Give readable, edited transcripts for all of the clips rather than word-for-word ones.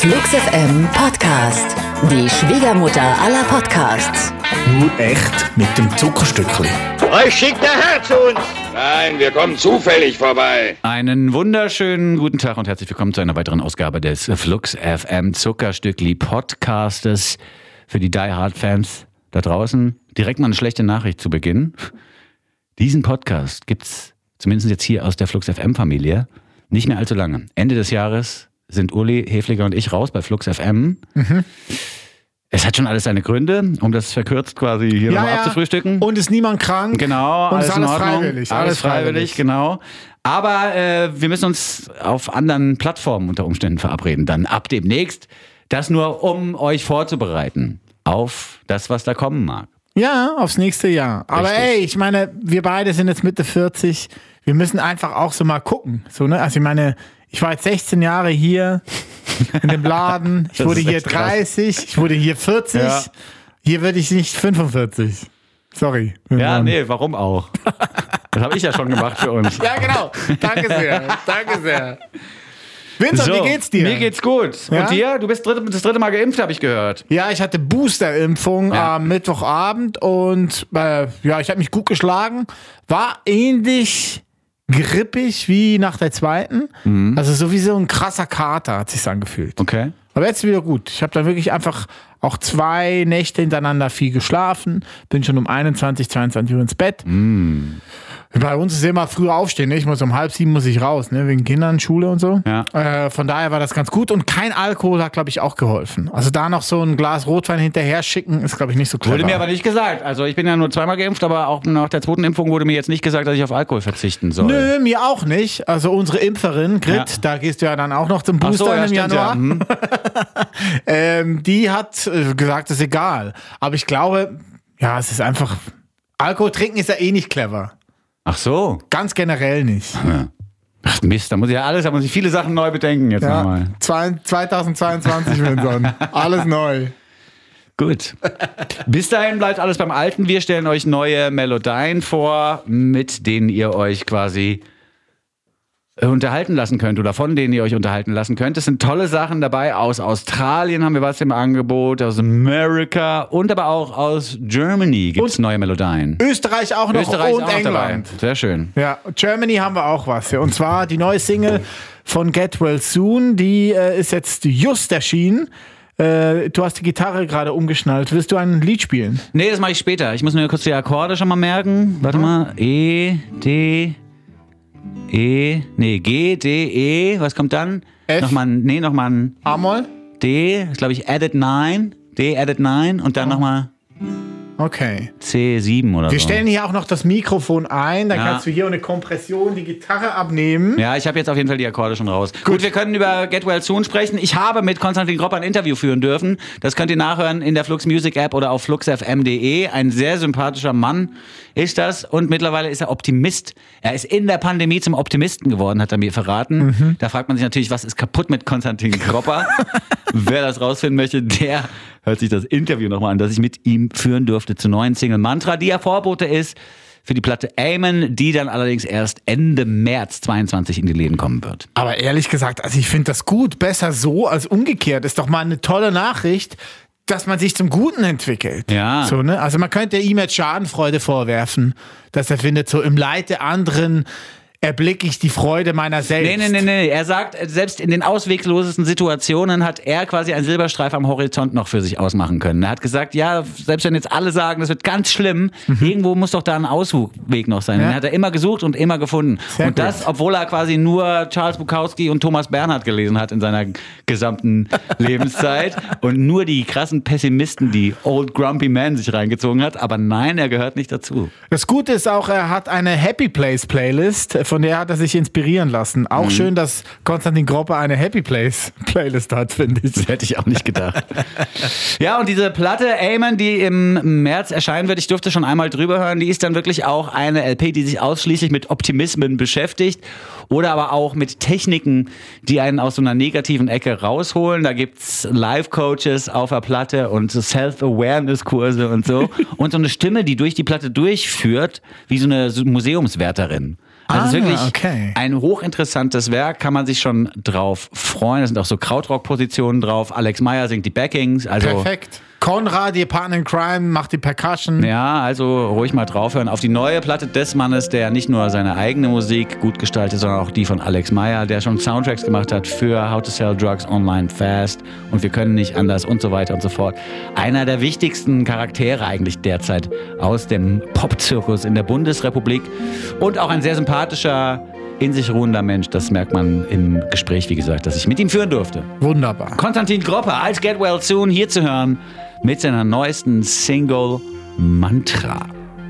Flux FM Podcast. Die Schwiegermutter aller Podcasts. Nur echt mit dem Zuckerstückli. Euch schickt der Herr zu uns. Nein, wir kommen zufällig vorbei. Einen wunderschönen guten Tag und herzlich willkommen zu einer weiteren Ausgabe des Flux FM Zuckerstückli Podcastes. Für die Die Hard Fans da draußen direkt mal eine schlechte Nachricht zu Beginn. Diesen Podcast gibt's zumindest jetzt hier aus der Flux FM Familie nicht mehr allzu lange. Ende des Jahres sind Uli Hefliger und ich raus bei Flux FM. Es hat schon alles seine Gründe, um das verkürzt quasi hier nochmal abzufrühstücken. Und ist niemand krank. Genau, und alles ist in alles Ordnung. freiwillig. Alles freiwillig, genau. Aber wir müssen uns auf anderen Plattformen unter Umständen verabreden. Dann ab demnächst. Das nur, um euch vorzubereiten auf das, was da kommen mag. Ja, aufs nächste Jahr. Aber Richtig. ey, ich meine, wir beide sind jetzt Mitte 40. Wir müssen einfach auch so mal gucken. So, ne? Also ich meine, ich war jetzt 16 Jahre hier in dem Laden. Ich Das wurde ist hier echt krass. 30. Ich wurde hier 40. Ja. Hier werde ich nicht 45. Sorry. Ja, nee, warum auch? Das habe ich ja schon gemacht für uns. Ja, genau. Danke sehr. Danke sehr. Vincent, wie geht's dir? Mir geht's gut. Ja? Und dir? Du bist das dritte Mal geimpft, habe ich gehört. Ja, ich hatte Boosterimpfung am Mittwochabend und ich habe mich gut geschlagen. War ähnlich grippig wie nach der zweiten. Also so wie so ein krasser Kater hat sich's angefühlt. Okay. Aber jetzt wieder gut. Ich habe dann wirklich einfach auch 2 Nächte hintereinander viel geschlafen. Bin schon um 21, 22 Uhr ins Bett. Bei uns ist immer früher aufstehen. Ne? Ich muss um 6:30 muss ich raus, ne? Wegen Kindern, Schule und so. Ja. Von daher war das ganz gut. Und kein Alkohol hat, glaube ich, auch geholfen. Also da noch so ein Glas Rotwein hinterher schicken, ist, glaube ich, nicht so clever. Wurde mir aber nicht gesagt. Also ich bin ja nur 2-mal geimpft, aber auch nach der zweiten Impfung wurde mir jetzt nicht gesagt, dass ich auf Alkohol verzichten soll. Nö, mir auch nicht. Also unsere Impferin, Grit, Ja. da gehst du ja dann auch noch zum Booster ja, im stimmt, Januar. ja. Die hat gesagt, das ist egal. Aber ich glaube, ja, es ist einfach... Alkohol trinken ist ja eh nicht clever. Ach so. Ganz generell nicht. Ach Mist, da muss ich viele Sachen neu bedenken jetzt nochmal. 2022, Vincent. Alles neu. Gut. Bis dahin bleibt alles beim Alten. Wir stellen euch neue Melodien vor, mit denen ihr euch quasi unterhalten lassen könnt oder von denen ihr euch unterhalten lassen könnt. Es sind tolle Sachen dabei. Aus Australien haben wir was im Angebot, aus Amerika und aber auch aus Germany gibt es neue Melodien. Österreich auch noch Österreich ist und auch noch dabei. England. Sehr schön. Ja, Germany haben wir auch was. Ja. Und zwar die neue Single von Get Well Soon. Die ist jetzt just erschienen. Du hast die Gitarre gerade umgeschnallt. Willst du ein Lied spielen? Nee, das mache ich später. Ich muss mir kurz die Akkorde schon mal merken. Warte mal. G, D, E. Was kommt dann? F. Nochmal ein A-Moll? D. Das glaube ich Added 9. D Added 9 und dann nochmal Okay. C7 oder Wir so. stellen hier auch noch das Mikrofon ein. Dann Ja. kannst du hier ohne Kompression die Gitarre abnehmen. Ja, ich habe jetzt auf jeden Fall die Akkorde schon raus. Gut, wir können über Get Well Soon sprechen. Ich habe mit Konstantin Gropp ein Interview führen dürfen. Das könnt ihr nachhören in der Flux Music App oder auf fluxfm.de. Ein sehr sympathischer Mann ist das und mittlerweile ist er Optimist. Er ist in der Pandemie zum Optimisten geworden, hat er mir verraten. Da fragt man sich natürlich, was ist kaputt mit Konstantin Gropper? Wer das rausfinden möchte, der hört sich das Interview nochmal an, das ich mit ihm führen durfte zur neuen Single Mantra, die ja Vorbote ist für die Platte Amen, die dann allerdings erst Ende März 22 in die Läden kommen wird. Aber ehrlich gesagt, also ich finde das gut. Besser so als umgekehrt. Ist doch mal eine tolle Nachricht, dass man sich zum Guten entwickelt. Ja. So, ne? Also man könnte ihm jetzt Schadenfreude vorwerfen, dass er findet, so im Leid der anderen erblicke ich die Freude meiner selbst. Nee. Er sagt, selbst in den ausweglosesten Situationen hat er quasi einen Silberstreif am Horizont noch für sich ausmachen können. Er hat gesagt, ja, selbst wenn jetzt alle sagen, das wird ganz schlimm, irgendwo muss doch da ein Ausweg noch sein. Ja. Den hat er immer gesucht und immer gefunden. Sehr und das, gut. obwohl er quasi nur Charles Bukowski und Thomas Bernhard gelesen hat in seiner gesamten Lebenszeit und nur die krassen Pessimisten, die Old Grumpy Man sich reingezogen hat. Aber nein, er gehört nicht dazu. Das Gute ist auch, er hat eine Happy Place Playlist, von der hat er sich inspirieren lassen. Auch schön, dass Konstantin Gropper eine Happy Place Playlist hat, finde ich. Das hätte ich auch nicht gedacht. Ja, und diese Platte Amen, die im März erscheinen wird, ich durfte schon einmal drüber hören, die ist dann wirklich auch eine LP, die sich ausschließlich mit Optimismen beschäftigt oder aber auch mit Techniken, die einen aus so einer negativen Ecke rausholen. Da gibt's Life-Coaches auf der Platte und so Self-Awareness-Kurse und so. Und so eine Stimme, die durch die Platte durchführt, wie so eine Museumswärterin. Also es ist wirklich okay. ein hochinteressantes Werk, kann man sich schon drauf freuen. Da sind auch so Krautrock-Positionen drauf. Alex Meyer singt die Backings. Also Perfekt. Konrad, ihr Partner in Crime, macht die Percussion. ja, also ruhig mal draufhören auf die neue Platte des Mannes, der nicht nur seine eigene Musik gut gestaltet, sondern auch die von Alex Meyer, der schon Soundtracks gemacht hat für How to Sell Drugs Online Fast und Wir können nicht anders und so weiter und so fort. Einer der wichtigsten Charaktere eigentlich derzeit aus dem Popzirkus in der Bundesrepublik und auch ein sehr sympathischer, in sich ruhender Mensch. Das merkt man im Gespräch, wie gesagt, das ich mit ihm führen durfte. Wunderbar. Konstantin Gropper als Get Well Soon hier zu hören mit seiner neuesten Single Mantra.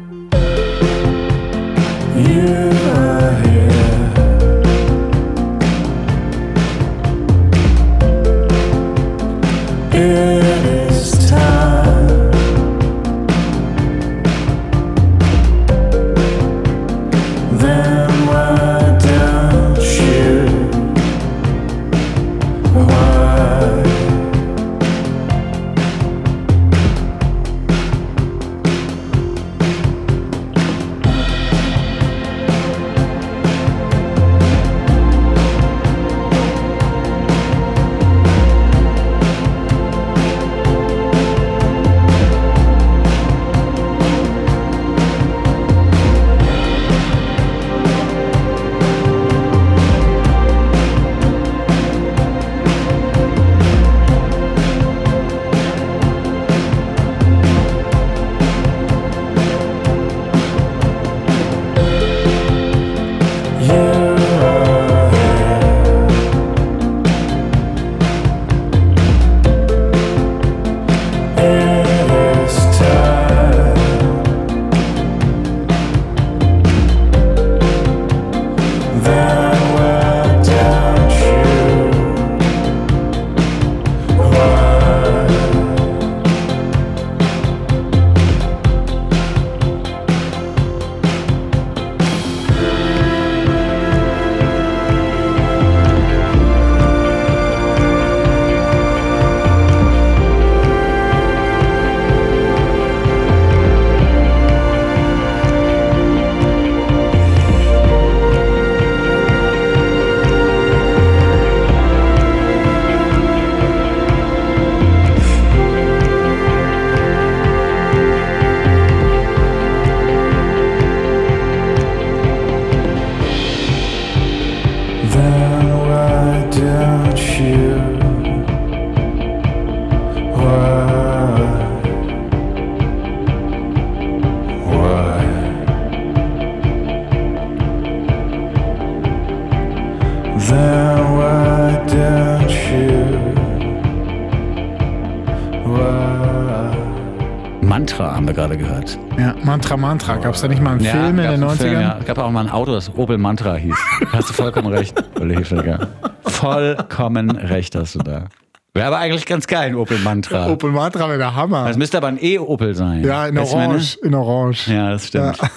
Mantra haben wir gerade gehört. Ja, Mantra. Gab es da nicht mal einen Film in den 90ern? Ja, gab auch mal ein Auto, das Opel Mantra hieß. Hast du vollkommen recht, Olli Hilfiger. Vollkommen recht hast du da. Wäre aber eigentlich ganz geil, ein Opel Mantra. Opel Mantra wäre der Hammer. Das müsste aber ein E-Opel sein. Ja, in Orange. In Orange. Ja, das stimmt. Ja.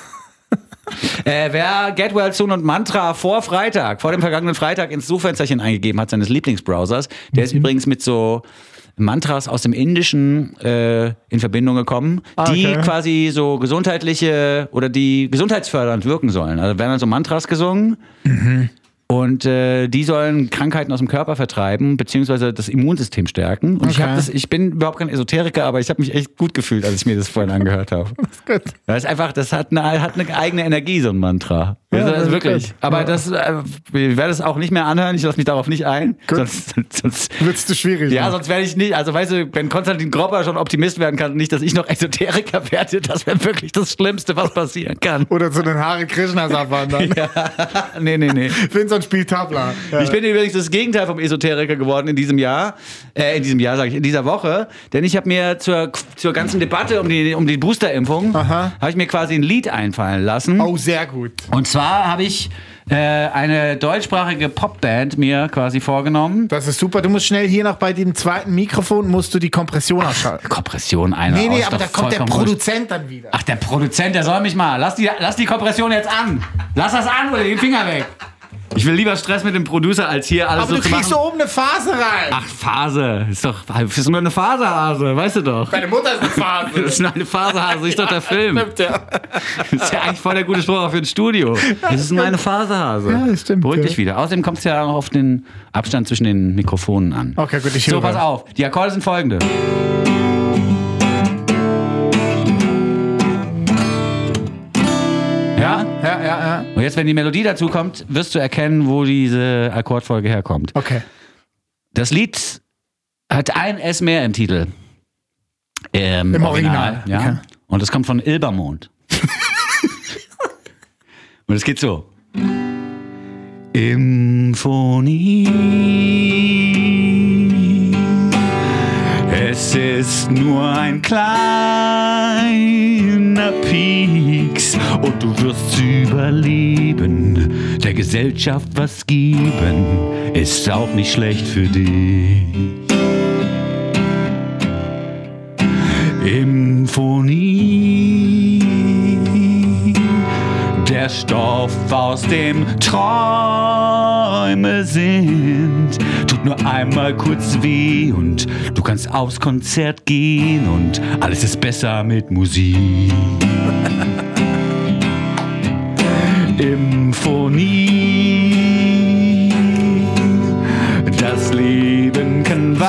Wer Get Well Soon und Mantra vor dem vergangenen Freitag ins Suchfensterchen eingegeben hat, seines Lieblingsbrowsers, der ist übrigens mit so Mantras aus dem Indischen in Verbindung gekommen, die quasi so gesundheitliche oder die gesundheitsfördernd wirken sollen. Also werden dann so Mantras gesungen und die sollen Krankheiten aus dem Körper vertreiben, beziehungsweise das Immunsystem stärken. Und ich bin überhaupt kein Esoteriker, aber ich habe mich echt gut gefühlt, als ich mir das vorhin angehört habe. Das ist einfach, das hat eine eigene Energie, so ein Mantra. Ja, das ist wirklich. Gut. Aber ich werde es auch nicht mehr anhören, ich lasse mich darauf nicht ein. Sonst wird es zu schwierig. Ja, sonst werde ich nicht, also weißt du, wenn Konstantin Gropper schon Optimist werden kann, nicht, dass ich noch Esoteriker werde, das wäre wirklich das Schlimmste, was passieren kann. Oder zu den Hare Krishnas abwandern. Ja. Nee. Vincent spielt Tabla. Ja. Ich bin übrigens das Gegenteil vom Esoteriker geworden in diesem Jahr. In dieser Woche. Denn ich habe mir zur ganzen Debatte um die Boosterimpfung, habe ich mir quasi ein Lied einfallen lassen. Oh, sehr gut. Und zwar habe ich eine deutschsprachige Popband mir quasi vorgenommen. Das ist super. Du musst schnell hier noch bei dem zweiten Mikrofon musst du die Kompression ausschalten. Kompression einer. Nee, aber da kommt der Produzent dann wieder. Ach, der Produzent, der soll mich mal. Lass die Kompression jetzt an. Lass das an oder den Finger weg. Ich will lieber Stress mit dem Producer, als hier alles Aber so du zu machen. kriegst oben eine Phase rein. Ach, Phase. Ist nur eine Phasehase, weißt du doch. Deine Mutter ist eine Phase. Das ist nur eine Phasehase, ist doch der Film. Stimmt, ja. Das ist ja eigentlich voll der gute Spruch auch für ein Studio. Das ist nur eine Phasehase. Ja, das stimmt, Beruhig ja. dich wieder. Außerdem kommt es ja auch auf den Abstand zwischen den Mikrofonen an. Okay, gut, ich So, höre. pass auf. Die Akkorde sind folgende. Ja? Ja. Und jetzt, wenn die Melodie dazu kommt, wirst du erkennen, wo diese Akkordfolge herkommt. Okay. Das Lied hat ein S mehr im Titel. Im Original. Ja. Okay. Und es kommt von Ilbermond. Und es geht so. Symphonie. Es ist nur ein kleiner Pieks und du wirst überleben. Der Gesellschaft was geben, ist auch nicht schlecht für dich. Symphonie. Der Stoff, aus dem Träume sind, tut nur einmal kurz weh und du kannst aufs Konzert gehen und alles ist besser mit Musik. Symphonie. Das Leben kann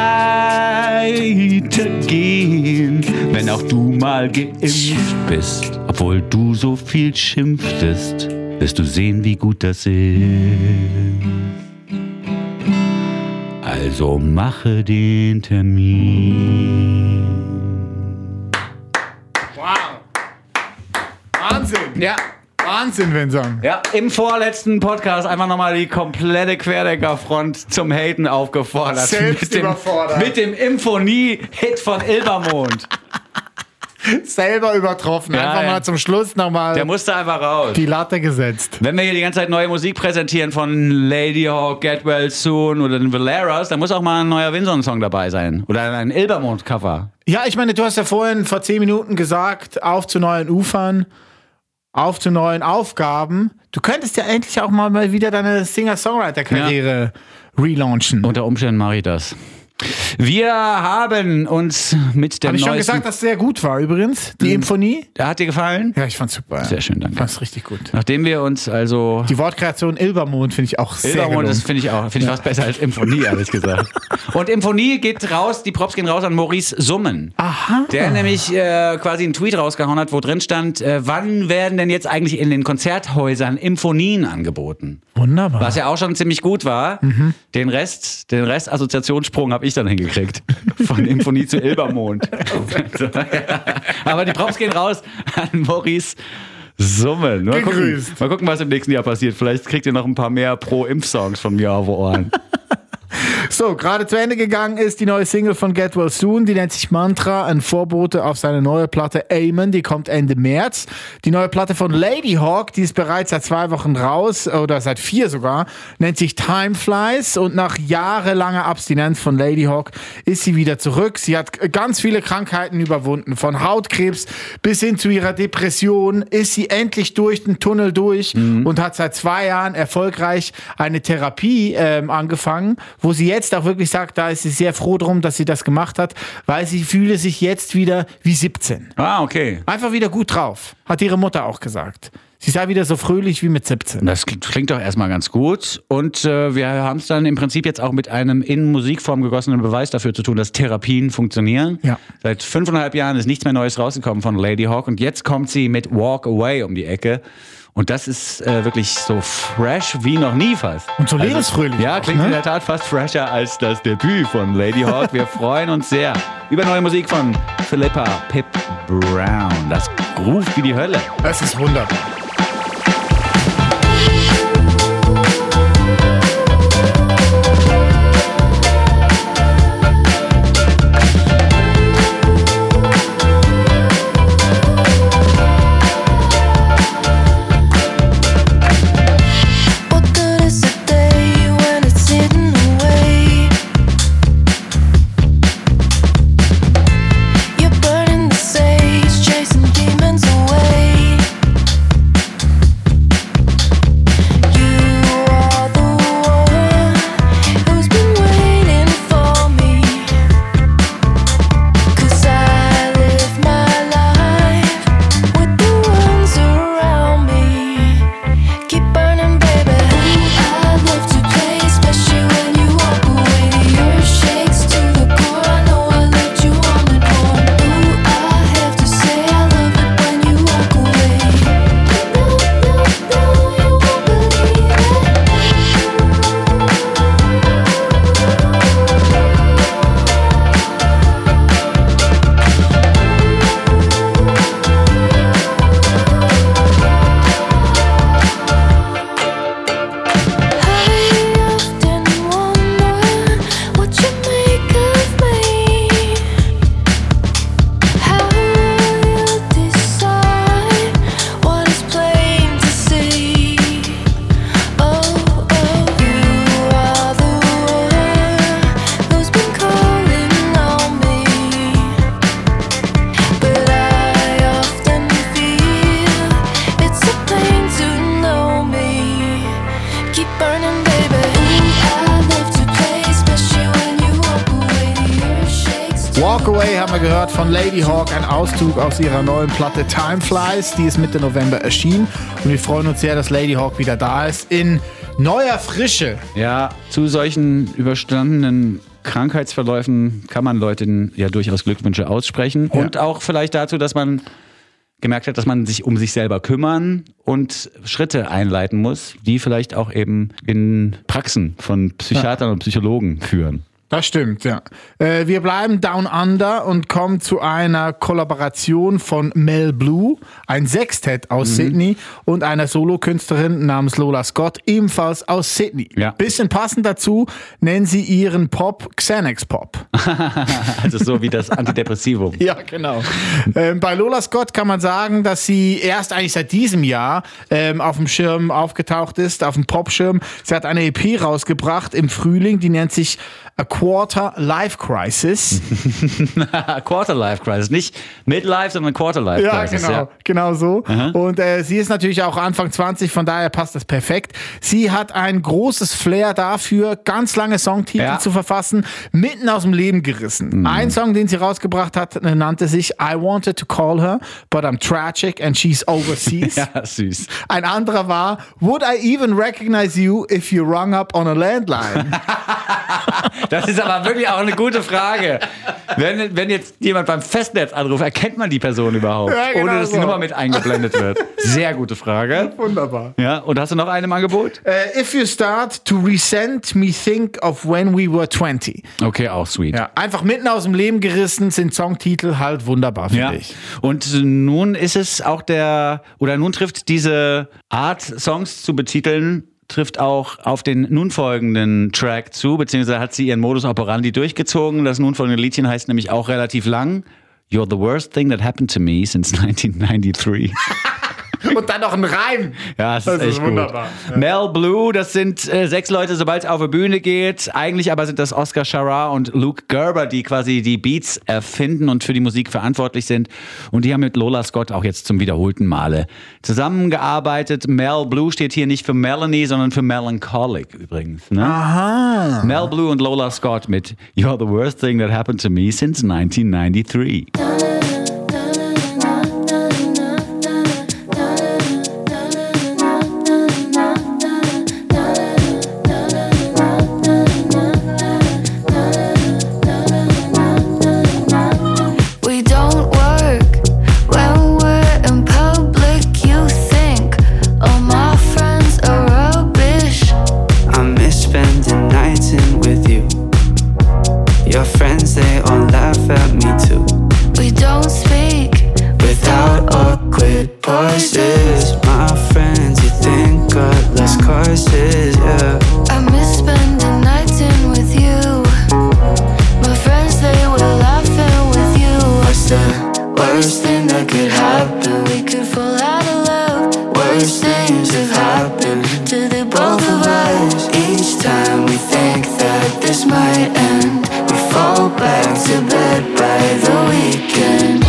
weitergehen, wenn auch du mal geimpft bist. Obwohl du so viel schimpftest, wirst du sehen, wie gut das ist. Also mache den Termin. Wow. Wahnsinn. Ja. Wahnsinn, Vincent. Ja, im vorletzten Podcast einfach nochmal die komplette Querdenkerfront zum Haten aufgefordert. Selbst überfordert. Mit dem Symphonie-Hit von Ilbermond. Selber übertroffen. Ja, Einfach ja. mal zum Schluss nochmal Der musste einfach raus. die Latte gesetzt. Wenn wir hier die ganze Zeit neue Musik präsentieren von Lady Hawk, Get Well Soon oder den Valeras, dann muss auch mal ein neuer Winson-Song dabei sein. Oder ein Ilbermond-Cover. Ja, ich meine, du hast ja vorhin vor 10 Minuten gesagt, auf zu neuen Ufern, auf zu neuen Aufgaben. Du könntest ja endlich auch mal wieder deine Singer-Songwriter-Karriere relaunchen. Unter Umständen mache ich das. Wir haben uns mit der Habe ich schon neuesten... gesagt, dass es sehr gut war übrigens, die Symphonie? Hat dir gefallen? Ja, ich fand's super. Sehr schön, danke. Ich fand's richtig gut. Nachdem wir uns also... Die Wortkreation Ilbermond finde ich auch sehr Ilbermond, gelungen. das finde ich auch. Finde ich fast besser als Symphonie, ehrlich gesagt. Und Symphonie geht raus, die Props gehen raus an Maurice Summen. Aha. Der nämlich quasi einen Tweet rausgehauen hat, wo drin stand, wann werden denn jetzt eigentlich in den Konzerthäusern Symphonien angeboten? Wunderbar. Was ja auch schon ziemlich gut war. Den Rest Assoziationssprung habe ich dann hingekriegt. Von Symphonie zu Ilbermond. So, ja. Aber die Props gehen raus an Maurice Summen. Mal Gegrüßt. gucken, was im nächsten Jahr passiert. Vielleicht kriegt ihr noch ein paar mehr Pro-Impf-Songs von mir auf die Ohren. So, gerade zu Ende gegangen ist die neue Single von Get Well Soon, die nennt sich Mantra, ein Vorbote auf seine neue Platte Amen, die kommt Ende März. Die neue Platte von Lady Hawk, die ist bereits seit 2 Wochen raus, oder seit 4 sogar, nennt sich Time Flies und nach jahrelanger Abstinenz von Lady Hawk ist sie wieder zurück. Sie hat ganz viele Krankheiten überwunden, von Hautkrebs bis hin zu ihrer Depression ist sie endlich durch den Tunnel durch und hat seit 2 Jahren erfolgreich eine Therapie angefangen, wo sie jetzt auch wirklich sagt, da ist sie sehr froh drum, dass sie das gemacht hat, weil sie fühle sich jetzt wieder wie 17. Ah, okay. Einfach wieder gut drauf, hat ihre Mutter auch gesagt. Sie sei wieder so fröhlich wie mit 17. Das klingt doch erstmal ganz gut. Und wir haben es dann im Prinzip jetzt auch mit einem in Musikform gegossenen Beweis dafür zu tun, dass Therapien funktionieren. Ja. Seit 5,5 Jahren ist nichts mehr Neues rausgekommen von Lady Hawk. Und jetzt kommt sie mit Walk Away um die Ecke. Und das ist wirklich so fresh wie noch nie fast. Und so lebensfröhlich. Ja, auch, klingt ne? in der Tat fast fresher als das Debüt von Lady Hawk. Wir freuen uns sehr über neue Musik von Philippa Pip Brown. Das ruft wie die Hölle. Das ist wunderbar. What good is a day when it's hidden away? You're burning the sage, chasing demons away. Walk Away haben wir gehört von Lady Hawk, ein Auszug aus ihrer neuen Platte Time Flies, die ist Mitte November erschienen. Und wir freuen uns sehr, dass Lady Hawk wieder da ist in neuer Frische. Ja, zu solchen überstandenen Krankheitsverläufen kann man Leuten ja durchaus Glückwünsche aussprechen. Ja. Und auch vielleicht dazu, dass man gemerkt hat, dass man sich um sich selber kümmern und Schritte einleiten muss, die vielleicht auch eben in Praxen von Psychiatern und Psychologen führen. Das stimmt, ja. Wir bleiben Down Under und kommen zu einer Kollaboration von Mel Blue, ein Sextett aus Sydney und einer Solokünstlerin namens Lola Scott, ebenfalls aus Sydney. Ja. Bisschen passend dazu nennen sie ihren Pop Xanax Pop. Also so wie das Antidepressivum. Ja, genau. Bei Lola Scott kann man sagen, dass sie erst eigentlich seit diesem Jahr auf dem Schirm aufgetaucht ist, auf dem Popschirm. Sie hat eine EP rausgebracht im Frühling, die nennt sich A Quarter Life Crisis. Quarter Life Crisis, nicht Midlife, sondern Quarter Life Crisis. Ja, genau so. Und sie ist natürlich auch Anfang 20, von daher passt das perfekt. Sie hat ein großes Flair dafür, ganz lange Songtitel zu verfassen, mitten aus dem Leben gerissen. Ein Song, den sie rausgebracht hat, nannte sich I Wanted to Call Her, but I'm Tragic and She's Overseas. Ja, süß. Ein anderer war Would I even recognize you if you rung up on a landline? Das ist aber wirklich auch eine gute Frage. Wenn jetzt jemand beim Festnetz anruft, erkennt man die Person überhaupt, Ja, genau ohne dass die so. Nummer mit eingeblendet wird? Sehr gute Frage. Wunderbar. Ja, und hast du noch eine im Angebot? If you start to resent me, think of when we were 20. Okay, auch sweet. Ja, einfach mitten aus dem Leben gerissen, sind Songtitel halt wunderbar, finde ich. Und nun ist es auch nun trifft diese Art, Songs zu betiteln, trifft auch auf den nun folgenden Track zu, beziehungsweise hat sie ihren Modus operandi durchgezogen. Das nun folgende Liedchen heißt nämlich auch relativ lang. You're the worst thing that happened to me since 1993. Und dann noch ein Reim. Ja, das ist echt wunderbar. gut. Mel Blue, das sind 6 Leute, sobald es auf die Bühne geht. Eigentlich aber sind das Oscar Schara und Luke Gerber, die quasi die Beats erfinden und für die Musik verantwortlich sind. Und die haben mit Lola Scott auch jetzt zum wiederholten Male zusammengearbeitet. Mel Blue steht hier nicht für Melanie, sondern für Melancholic übrigens. Ne? Aha. Mel Blue und Lola Scott mit You're the worst thing that happened to me since 1993. We don't work when we're in public. You think all my friends are rubbish. I miss spending nights in with you. Your friends, they all laugh at me too. We don't speak Without awkward pauses. My friends, you think got less courses, yeah. I miss spending nights in with you. My friends, they were laughing with you. What's the worst thing that could happen? We could fall out of love. Worst things have happened To the both of us. Each time we think that this might end, we fall back to bed by the weekend.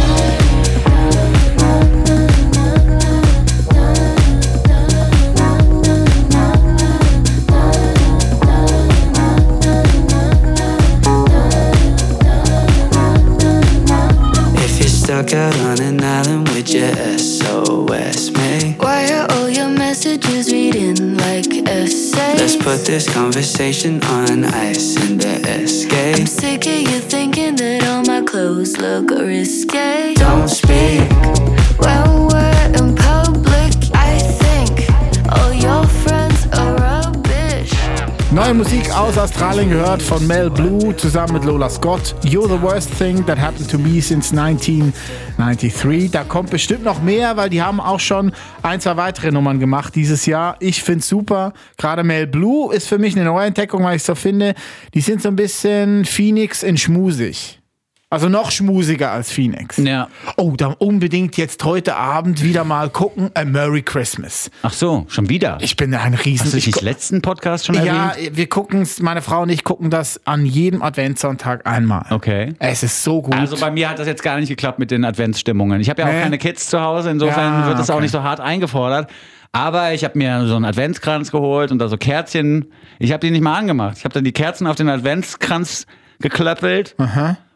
If you're stuck out on an island with your SOS, mate, Why are all your messages reading like essays? let's put this conversation on ice and escape. I'm sick of you thinking that all my clothes look risque. Don't speak. When we're in public, I think all your friends are rubbish. Neue Musik aus Australien gehört von Mel Blue zusammen mit Lola Scott. You're the worst thing that happened to me since 1993. Da kommt bestimmt noch mehr, weil die haben auch schon 1, 2 weitere Nummern gemacht dieses Jahr. Ich find's super. Gerade Mel Blue ist für mich eine Neuentdeckung, weil ich so finde, die sind so ein bisschen Phoenix in schmusig. Also noch schmusiger als Phoenix. Ja. Oh, dann unbedingt jetzt heute Abend wieder mal gucken. A Merry Christmas. Ach so, schon wieder. Ich bin ein Riesen... Hast du ich nicht letzten Podcast schon Ja, erwähnt? wir gucken es, meine Frau und ich gucken das an jedem Adventssonntag einmal. Okay. Es ist so gut. Also bei mir hat das jetzt gar nicht geklappt mit den Adventsstimmungen. Ich habe ja auch Nee. keine Kids zu Hause, insofern Ja, wird das auch okay. nicht so hart eingefordert. Aber ich habe mir so einen Adventskranz geholt und da so Kerzchen. Ich habe die nicht mal angemacht. Ich habe dann die Kerzen auf den Adventskranz geklöppelt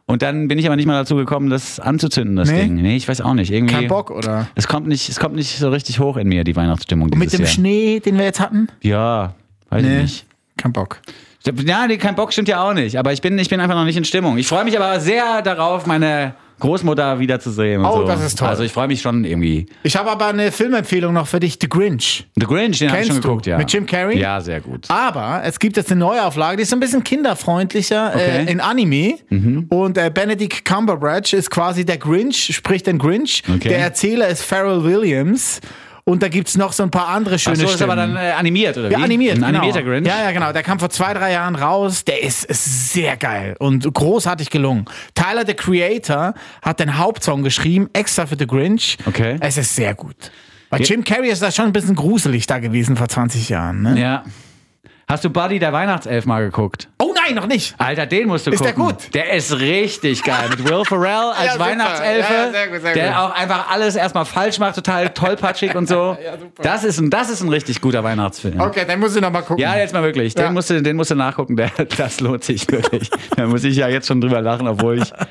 Und dann bin ich aber nicht mal dazu gekommen, das anzuzünden, das Ding. Nee, ich weiß auch nicht. Irgendwie, Kein Bock, oder? Es kommt nicht so richtig hoch in mir, die Weihnachtsstimmung dieses Mit dem Jahr. Schnee, den wir jetzt hatten? Ja, weiß ich nicht. Kein Bock. Ja, kein Bock stimmt ja auch nicht. Aber ich bin einfach noch nicht in Stimmung. Ich freue mich aber sehr darauf, meine Großmutter wiederzusehen. Und Oh, so. das ist toll. Also ich freue mich schon irgendwie. Ich habe aber eine Filmempfehlung noch für dich, The Grinch. The Grinch, den habe ich schon Kennst du? geguckt, ja. Mit Jim Carrey? Ja, sehr gut. Aber es gibt jetzt eine Neuauflage, die ist so ein bisschen kinderfreundlicher in Anime. Und Benedict Cumberbatch ist quasi der Grinch, spricht den Grinch. Okay. Der Erzähler ist Pharrell Williams. Und da gibt es noch so ein paar andere schöne Ach so, ist Stimmen. aber dann animiert, oder wie? Ja, animiert. Ein genau. animierter Grinch? Ja, genau. Der kam vor 2-3 Jahren raus. Der ist sehr geil und großartig gelungen. Tyler, the Creator, hat den Hauptsong geschrieben, extra für The Grinch. Okay. Es ist sehr gut. Weil Jim Carrey ist da schon ein bisschen gruselig da gewesen vor 20 Jahren. Ne? Ja. Hast du Buddy, der Weihnachtself, mal geguckt? Oh nein, noch nicht. Alter, den musst du Ist der gucken. gut? Der ist richtig geil. Mit Will Ferrell als Ja, super. Weihnachtselfe, Ja, sehr gut, sehr der gut. auch einfach alles erstmal falsch macht, total tollpatschig und so. Ja, super. Das ist ein richtig guter Weihnachtsfilm. Okay, dann muss ich noch mal gucken. Ja, jetzt mal wirklich. Ja. Den musst du nachgucken. Das lohnt sich wirklich. Da muss ich ja jetzt schon drüber lachen, obwohl ich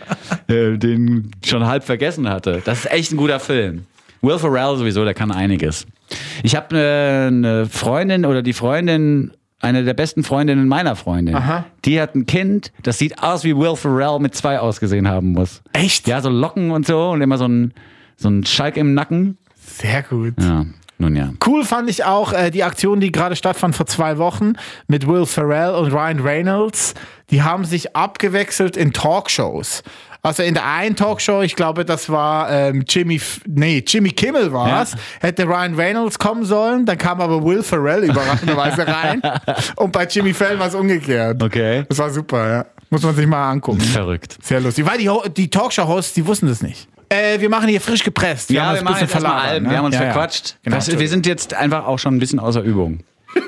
den schon halb vergessen hatte. Das ist echt ein guter Film. Will Ferrell sowieso, der kann einiges. Ich habe eine Freundin oder die Freundin, eine der besten Freundinnen meiner Freundin. Aha. Die hat ein Kind, das sieht aus wie Will Ferrell mit 2 ausgesehen haben muss. Echt? Ja, so Locken und so und immer so ein Schalk im Nacken. Sehr gut. Ja, nun ja. Cool fand ich auch die Aktion, die gerade stattfand vor 2 Wochen mit Will Ferrell und Ryan Reynolds. Die haben sich abgewechselt in Talkshows. Also in der einen Talkshow, ich glaube, das war Jimmy Kimmel war es, hätte Ryan Reynolds kommen sollen, dann kam aber Will Ferrell überraschenderweise rein und bei Jimmy Fallon war es umgekehrt. Okay. Das war super, ja. Muss man sich mal angucken. Verrückt. Sehr lustig. Weil die Talkshow-Hosts, die wussten das nicht. Wir machen hier frisch gepresst. Ja, haben wir uns ein machen bisschen jetzt erstmal verlagert, Alben. ne? Wir haben uns Ja, ja. verquatscht. Genau. Wir sind jetzt einfach auch schon ein bisschen außer Übung.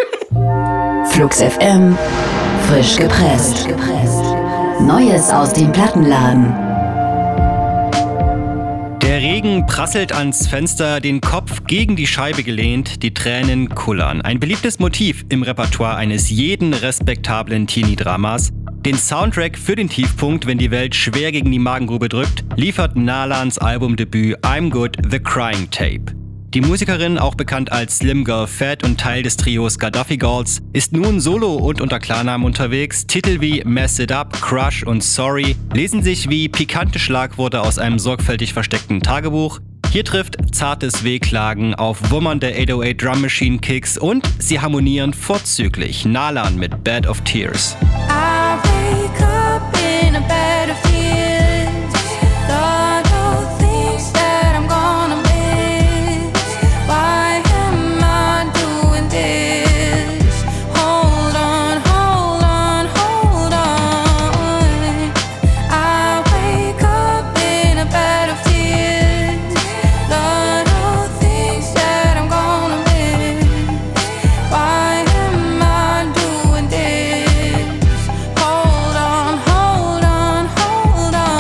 Flux FM, frisch gepresst. Neues aus dem Plattenladen. Der Regen prasselt ans Fenster, den Kopf gegen die Scheibe gelehnt, die Tränen kullern. Ein beliebtes Motiv im Repertoire eines jeden respektablen Teenie-Dramas. Den Soundtrack für den Tiefpunkt, wenn die Welt schwer gegen die Magengrube drückt, liefert Nalans Albumdebüt I'm Good, The Crying Tape. Die Musikerin, auch bekannt als Slim Girl Fat und Teil des Trios Gaddafi Girls, ist nun solo und unter Klarnamen unterwegs. Titel wie Mess It Up, Crush und Sorry lesen sich wie pikante Schlagworte aus einem sorgfältig versteckten Tagebuch. Hier trifft zartes Wehklagen auf wummernde 808 Drum Machine Kicks und sie harmonieren vorzüglich. Nalan mit Bed of Tears. I wake up in a bed of tears. Thought of things that I'm gonna miss. Why am I doing this? Hold on, hold on, hold on. I wake up in a bed of tears. Thought of things that I'm gonna miss. Why am I doing this? Hold on, hold on, hold on.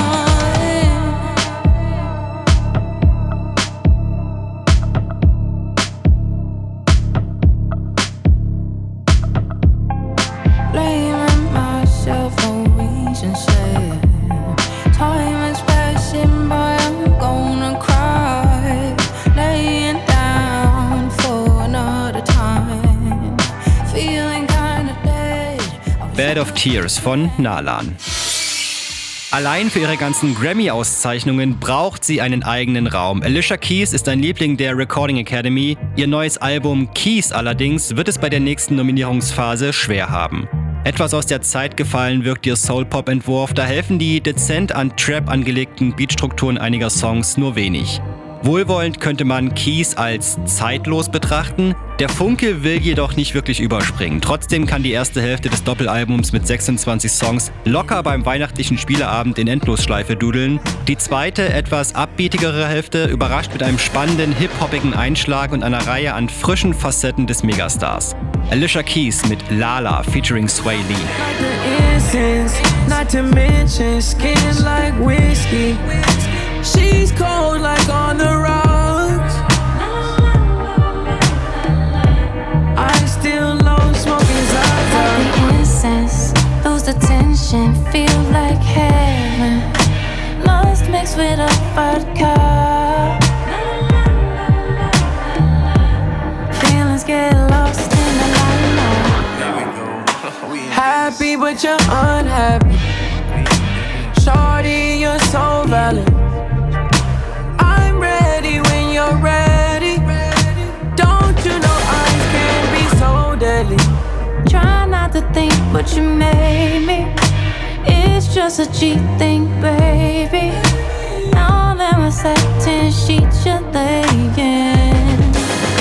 Blaming myself, no reason said. Time is passing by, I'm gonna cry. Laying down for another time. Feeling kinda dead. Bed of Tears von Nalan. Allein für ihre ganzen Grammy-Auszeichnungen braucht sie einen eigenen Raum. Alicia Keys ist ein Liebling der Recording Academy. Ihr neues Album Keys allerdings wird es bei der nächsten Nominierungsphase schwer haben. Etwas aus der Zeit gefallen wirkt ihr Soul-Pop-Entwurf, da helfen die dezent an Trap angelegten Beatstrukturen einiger Songs nur wenig. Wohlwollend könnte man Keys als zeitlos betrachten, der Funke will jedoch nicht wirklich überspringen. Trotzdem kann die erste Hälfte des Doppelalbums mit 26 Songs locker beim weihnachtlichen Spieleabend in Endlosschleife dudeln. Die zweite, etwas upbeatigere Hälfte überrascht mit einem spannenden, hip-hoppigen Einschlag und einer Reihe an frischen Facetten des Megastars. Alicia Keys mit Lala featuring Sway Lee. The incense, not to mention skin like whiskey. She's cold like on the rocks. I still low smoking Zaza. The incense, lose the tension, feel like heaven. mixed with a vodka. Feelings get lost in the limelight. Happy but you're unhappy. Shorty, you're so valid. I'm ready when you're ready. Don't you know eyes can be so deadly? Try not to think what you made me. It's just a cheap thing, baby. Now that my satin sheets you're laying.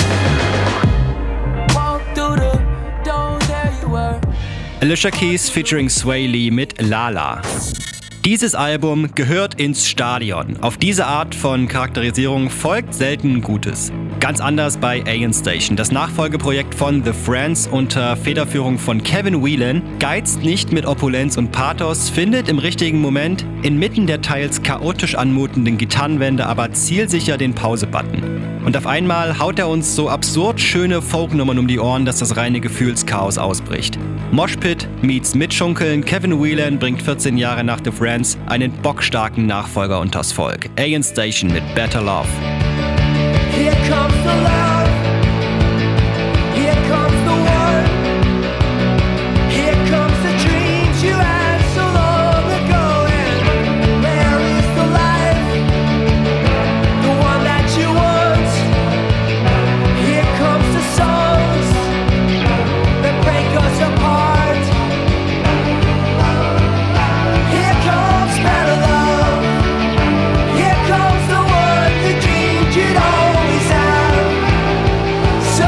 Walk through the door, there you were. Alicia Keys featuring Sway Lee mit Lala. Dieses Album gehört ins Stadion. Auf diese Art von Charakterisierung folgt selten Gutes. Ganz anders bei A&E Station. Das Nachfolgeprojekt von The Friends unter Federführung von Kevin Whelan geizt nicht mit Opulenz und Pathos, findet im richtigen Moment inmitten der teils chaotisch anmutenden Gitarrenwände aber zielsicher den Pause-Button. Und auf einmal haut er uns so absurd schöne Folknummern um die Ohren, dass das reine Gefühlschaos ausbricht. Moshpit meets Mitschunkeln. Kevin Whelan bringt 14 Jahre nach The Friends einen bockstarken Nachfolger unters Volk. A&E Station mit Better Love. Here comes the love. Here comes the one. Here comes the dreams you had so long ago. And where is the life? The one that you want. Here comes the songs that break us apart. Here comes better love. Here comes the one, the dreams you'd always have. So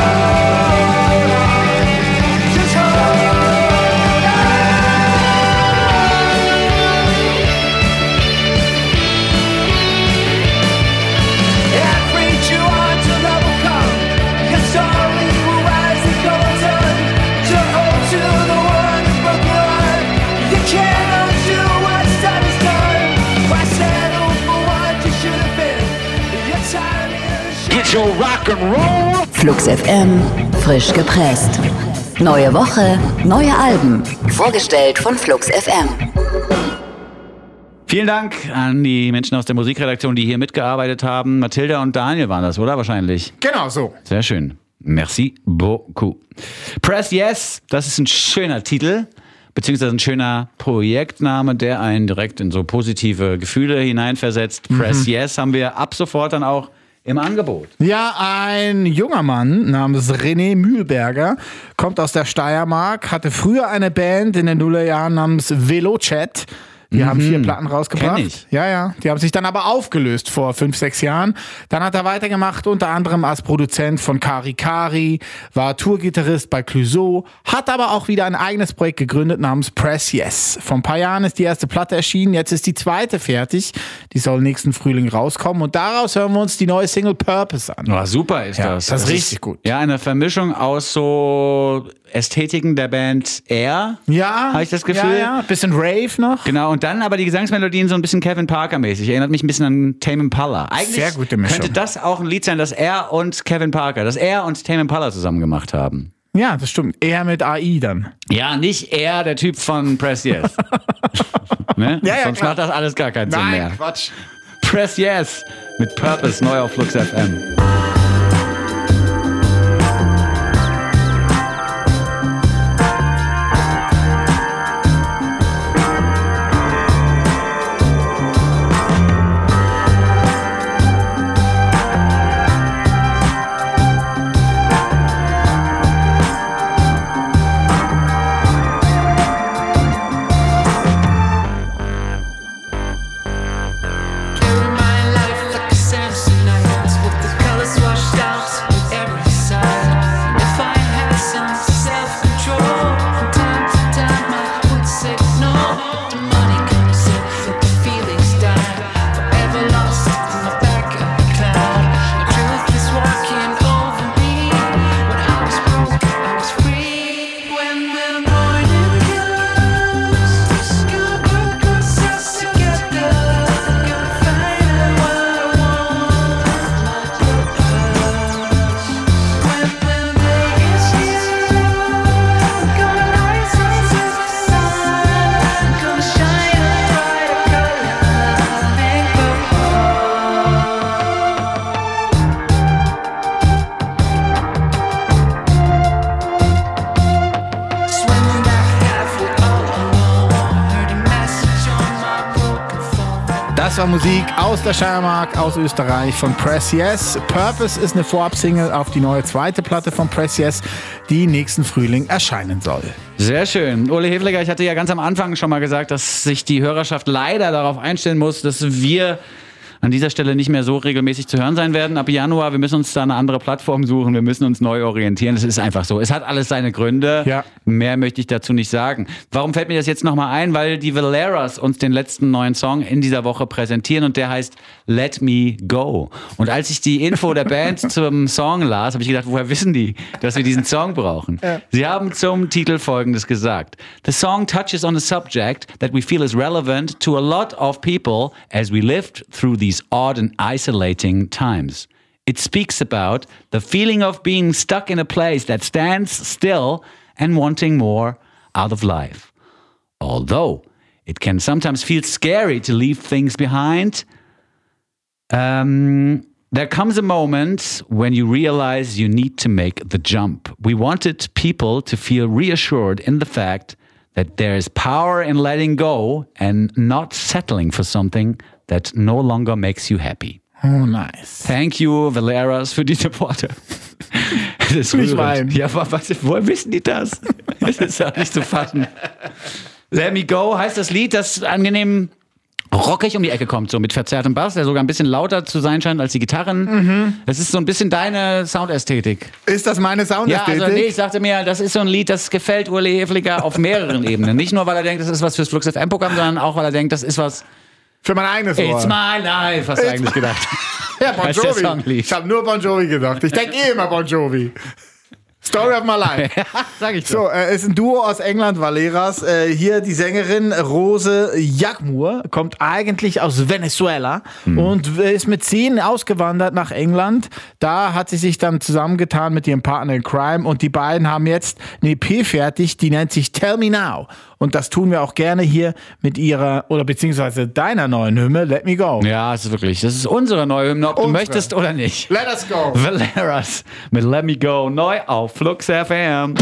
just hold on. And preach you on till love will come. Your story will rise and go on. To hold to the one who broke your heart. You cannot do what's done is done. Why settle for what you should have been? Your time is Get your rock and roll. Flux FM, frisch gepresst. Neue Woche, neue Alben. Vorgestellt von Flux FM. Vielen Dank an die Menschen aus der Musikredaktion, die hier mitgearbeitet haben. Mathilda und Daniel waren das, oder? Wahrscheinlich. Genau so. Sehr schön. Merci beaucoup. Press Yes, das ist ein schöner Titel, beziehungsweise ein schöner Projektname, der einen direkt in so positive Gefühle hineinversetzt. Press Yes haben wir ab sofort dann auch im Angebot. Ja, ein junger Mann namens René Mühlberger kommt aus der Steiermark, hatte früher eine Band in den Nullerjahren namens Velochat. Die haben 4 Platten rausgebracht. Kenn ich. Ja. Die haben sich dann aber aufgelöst vor 5, 6 Jahren. Dann hat er weitergemacht, unter anderem als Produzent von Kari Kari, war Tourgitarrist bei Clouseau, hat aber auch wieder ein eigenes Projekt gegründet namens Press Yes. Vor ein paar Jahren ist die erste Platte erschienen, jetzt ist die zweite fertig. Die soll nächsten Frühling rauskommen und daraus hören wir uns die neue Single Purpose an. Oh, super ist Ja, das. das ist richtig gut. Ja, eine Vermischung aus so Ästhetiken der Band Air. Ja, Habe ich das Gefühl? Ja, bisschen Rave noch. Genau, und dann aber die Gesangsmelodien so ein bisschen Kevin Parker-mäßig. Erinnert mich ein bisschen an Tame Impala. Eigentlich Sehr gute Mischung. könnte das auch ein Lied sein, das er und Kevin Parker, das er und Tame Impala zusammen gemacht haben. Ja, das stimmt. Eher mit AI dann. Ja, nicht er, der Typ von Press Yes. Ne? Ja, Sonst klar. macht das alles gar keinen Sinn mehr. Quatsch. Press Yes mit Purpose, neu auf Flux FM. Carry my life like a Samsonite with the colors washed Das war Musik aus der Steiermark, aus Österreich von Press Yes. Purpose ist eine Vorab-Single auf die neue zweite Platte von Press Yes, die nächsten Frühling erscheinen soll. Sehr schön. Ole Hefliger, ich hatte ja ganz am Anfang schon mal gesagt, dass sich die Hörerschaft leider darauf einstellen muss, dass wir an dieser Stelle nicht mehr so regelmäßig zu hören sein werden. Ab Januar, wir müssen uns da eine andere Plattform suchen, wir müssen uns neu orientieren. Das ist einfach so. Es hat alles seine Gründe. Ja. Mehr möchte ich dazu nicht sagen. Warum fällt mir das jetzt nochmal ein? Weil die Valeras uns den letzten neuen Song in dieser Woche präsentieren und der heißt Let Me Go. Und als ich die Info der Band zum Song las, habe ich gedacht, woher wissen die, dass wir diesen Song brauchen? Ja. Sie haben zum Titel Folgendes gesagt. The song touches on a subject that we feel is relevant to a lot of people as we lived through these odd and isolating times. It speaks about the feeling of being stuck in a place that stands still and wanting more out of life. Although it can sometimes feel scary to leave things behind, there comes a moment when you realize you need to make the jump. We wanted people to feel reassured in the fact that there is power in letting go and not settling for something that no longer makes you happy. Oh, nice. Thank you, Valeras, für diese Worte. Das ist Nicht rührend. weinen. Ja, aber woher wissen die das? Das ist auch nicht zu fassen. Let Me Go heißt das Lied, das angenehm rockig um die Ecke kommt, so mit verzerrtem Bass, der sogar ein bisschen lauter zu sein scheint als die Gitarren. Das ist so ein bisschen deine Soundästhetik. Ist das meine Ja, Soundästhetik? also nee, ich sagte mir, das ist so ein Lied, das gefällt Ole Hefliger auf mehreren Ebenen. Nicht nur, weil er denkt, das ist was fürs Flux FM-Programm, sondern auch, weil er denkt, das ist was... Für mein eigenes Ohr. It's my life, hast du eigentlich gedacht. Ja, Bon Als der Song Jovi. lief. Ich habe nur Bon Jovi gedacht. Ich denke immer Bon Jovi. Story of my life. Sag ich So, ist ein Duo aus England, Valeras. Hier die Sängerin Rose Jagmour, kommt eigentlich aus Venezuela und ist mit 10 ausgewandert nach England. Da hat sie sich dann zusammengetan mit ihrem Partner in Crime und die beiden haben jetzt eine EP fertig, die nennt sich Tell Me Now. Und das tun wir auch gerne hier mit ihrer, oder beziehungsweise deiner neuen Hymne, Let Me Go. Ja, es ist wirklich, das ist unsere neue Hymne, ob du Unsere. möchtest oder nicht. Let us go. Valeras mit Let Me Go, neu auf Flux FM.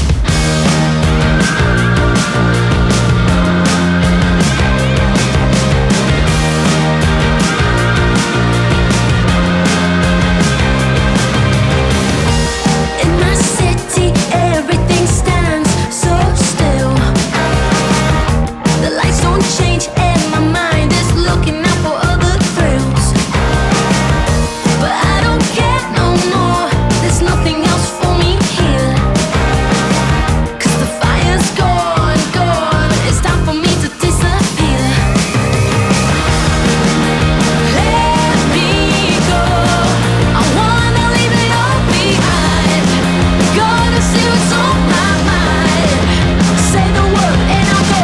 In my city, everything stands so still. The lights don't change, and my mind is looking out for other thrills. But I don't care no more. There's nothing else for me here. 'Cause the fire's gone, gone. It's time for me to disappear. Let me go. I wanna leave it all behind. Gotta see what's on my mind. Say the word and I'll go.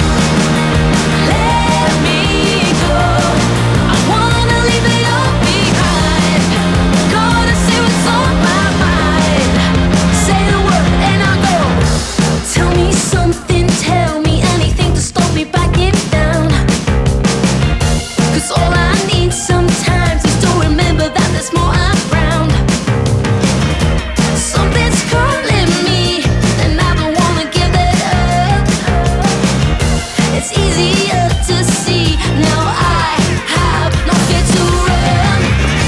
Let me go. I wanna leave it all behind. Gotta see what's on my mind. Say the word and I'll go. Tell me something, tell me anything to stop me backing down. 'Cause all I need sometimes is to remember that there's more around. Something's calling me, and I don't wanna give it up. It's easier to see now. I have no fear to run.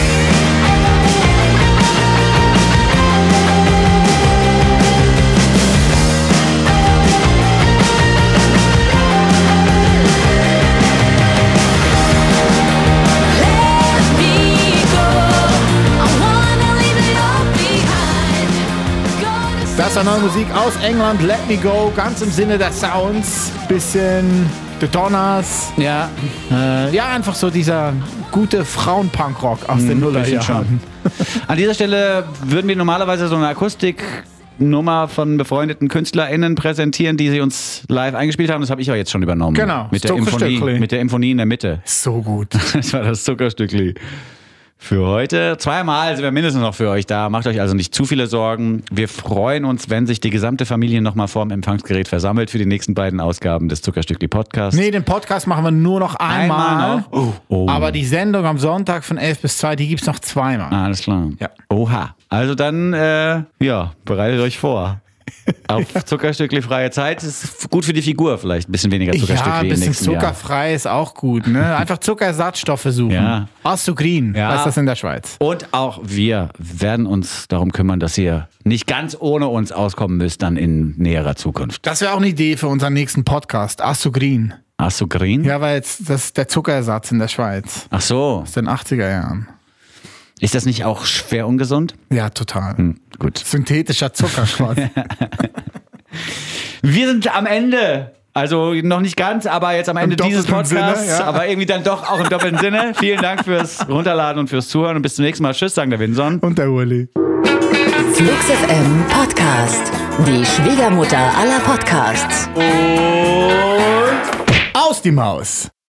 Let me go. I wanna leave it all behind. Gotta see Das war neue Musik aus England, Let Me Go, ganz im Sinne der Sounds, bisschen The Donners. Ja, Ja, einfach so dieser gute Frauen-Punk-Rock aus den bisschen Nullerjahren. schon. An dieser Stelle würden wir normalerweise so eine Akustiknummer von befreundeten KünstlerInnen präsentieren, die sie uns live eingespielt haben. Das habe ich aber jetzt schon übernommen. Genau, Mit der Zuckerstückli. Symphonie, mit der Symphonie in der Mitte. So gut. Das war das Zuckerstückli. Für heute. 2-mal sind wir mindestens noch für euch da. Macht euch also nicht zu viele Sorgen. Wir freuen uns, wenn sich die gesamte Familie nochmal vorm Empfangsgerät versammelt für die nächsten beiden Ausgaben des Zuckerstückli Podcasts. Nee, den Podcast machen wir nur noch einmal. noch? Oh. Aber die Sendung am Sonntag von 11 bis 2, die gibt's noch 2-mal. Alles klar. Ja. Oha. Also dann, bereitet euch vor. Auf Zuckerstückli freie Zeit ist gut für die Figur vielleicht. Ein bisschen weniger Ja, Zuckerstückli ein im bisschen nächsten Jahr. zuckerfrei ist auch gut. Ne? Einfach Zuckerersatzstoffe suchen. Ja. Asugrin, Ja. heißt das in der Schweiz. Und auch wir werden uns darum kümmern, dass ihr nicht ganz ohne uns auskommen müsst dann in näherer Zukunft. Das wäre auch eine Idee für unseren nächsten Podcast. Asugrin. Asugrin? Ja, weil jetzt das ist der Zuckerersatz in der Schweiz. Ach so. Aus den 80er Jahren. Ist das nicht auch schwer ungesund? Ja, total. Gut. Synthetischer Zucker quasi. Wir sind am Ende. Also noch nicht ganz, aber jetzt am Ende dieses doppelten Podcasts. Sinne, ja. Aber irgendwie dann doch auch im doppelten Sinne. Vielen Dank fürs Runterladen und fürs Zuhören. Und bis zum nächsten Mal. Tschüss, sagen der Winson. Und der Uli. Flux FM Podcast. Die Schwiegermutter aller Podcasts. Aus die Maus.